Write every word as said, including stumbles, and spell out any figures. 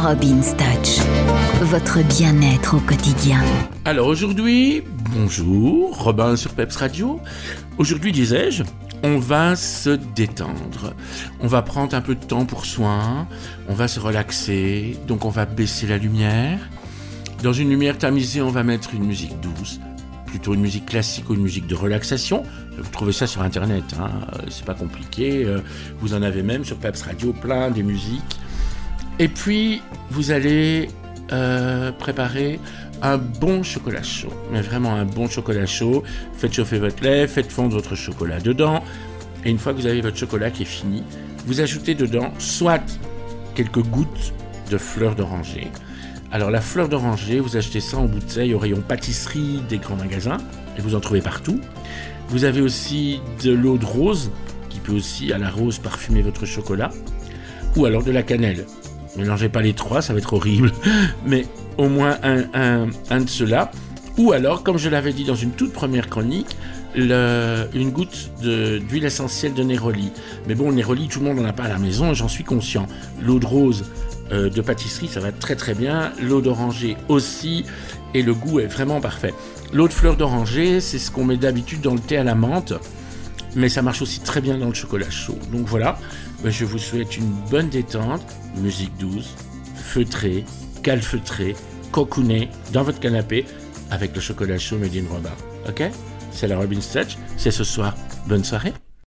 Robin's Touch, votre bien-être au quotidien. Alors aujourd'hui, bonjour, Robin sur Peps Radio. Aujourd'hui, disais-je, on va se détendre. On va prendre un peu de temps pour soi, on va se relaxer, donc on va baisser la lumière. Dans une lumière tamisée, on va mettre une musique douce, plutôt une musique classique ou une musique de relaxation. Vous trouvez ça sur Internet, hein, c'est pas compliqué. Vous en avez même sur Peps Radio plein des musiques. Et puis, vous allez euh, préparer un bon chocolat chaud, mais vraiment un bon chocolat chaud. Faites chauffer votre lait, faites fondre votre chocolat dedans. Et une fois que vous avez votre chocolat qui est fini, vous ajoutez dedans soit quelques gouttes de fleur d'oranger. Alors la fleur d'oranger, vous achetez ça en bouteille au rayon pâtisserie des grands magasins, et vous en trouvez partout. Vous avez aussi de l'eau de rose, qui peut aussi à la rose parfumer votre chocolat, ou alors de la cannelle. Mélangez pas les trois, ça va être horrible, mais au moins un, un, un de ceux-là. Ou alors, comme je l'avais dit dans une toute première chronique, le, une goutte de, d'huile essentielle de Néroli. Mais bon, le Néroli, tout le monde n'en a pas à la maison, j'en suis conscient. L'eau de rose euh, de pâtisserie, ça va très très bien. L'eau d'oranger aussi, et le goût est vraiment parfait. L'eau de fleur d'oranger, c'est ce qu'on met d'habitude dans le thé à la menthe, mais ça marche aussi très bien dans le chocolat chaud. Donc voilà, je vous souhaite une bonne détente, musique douce, feutrée, calfeutrée, cocoonée dans votre canapé avec le chocolat chaud Made in Robin. Ok ? C'est la Robin's Touch, c'est ce soir. Bonne soirée.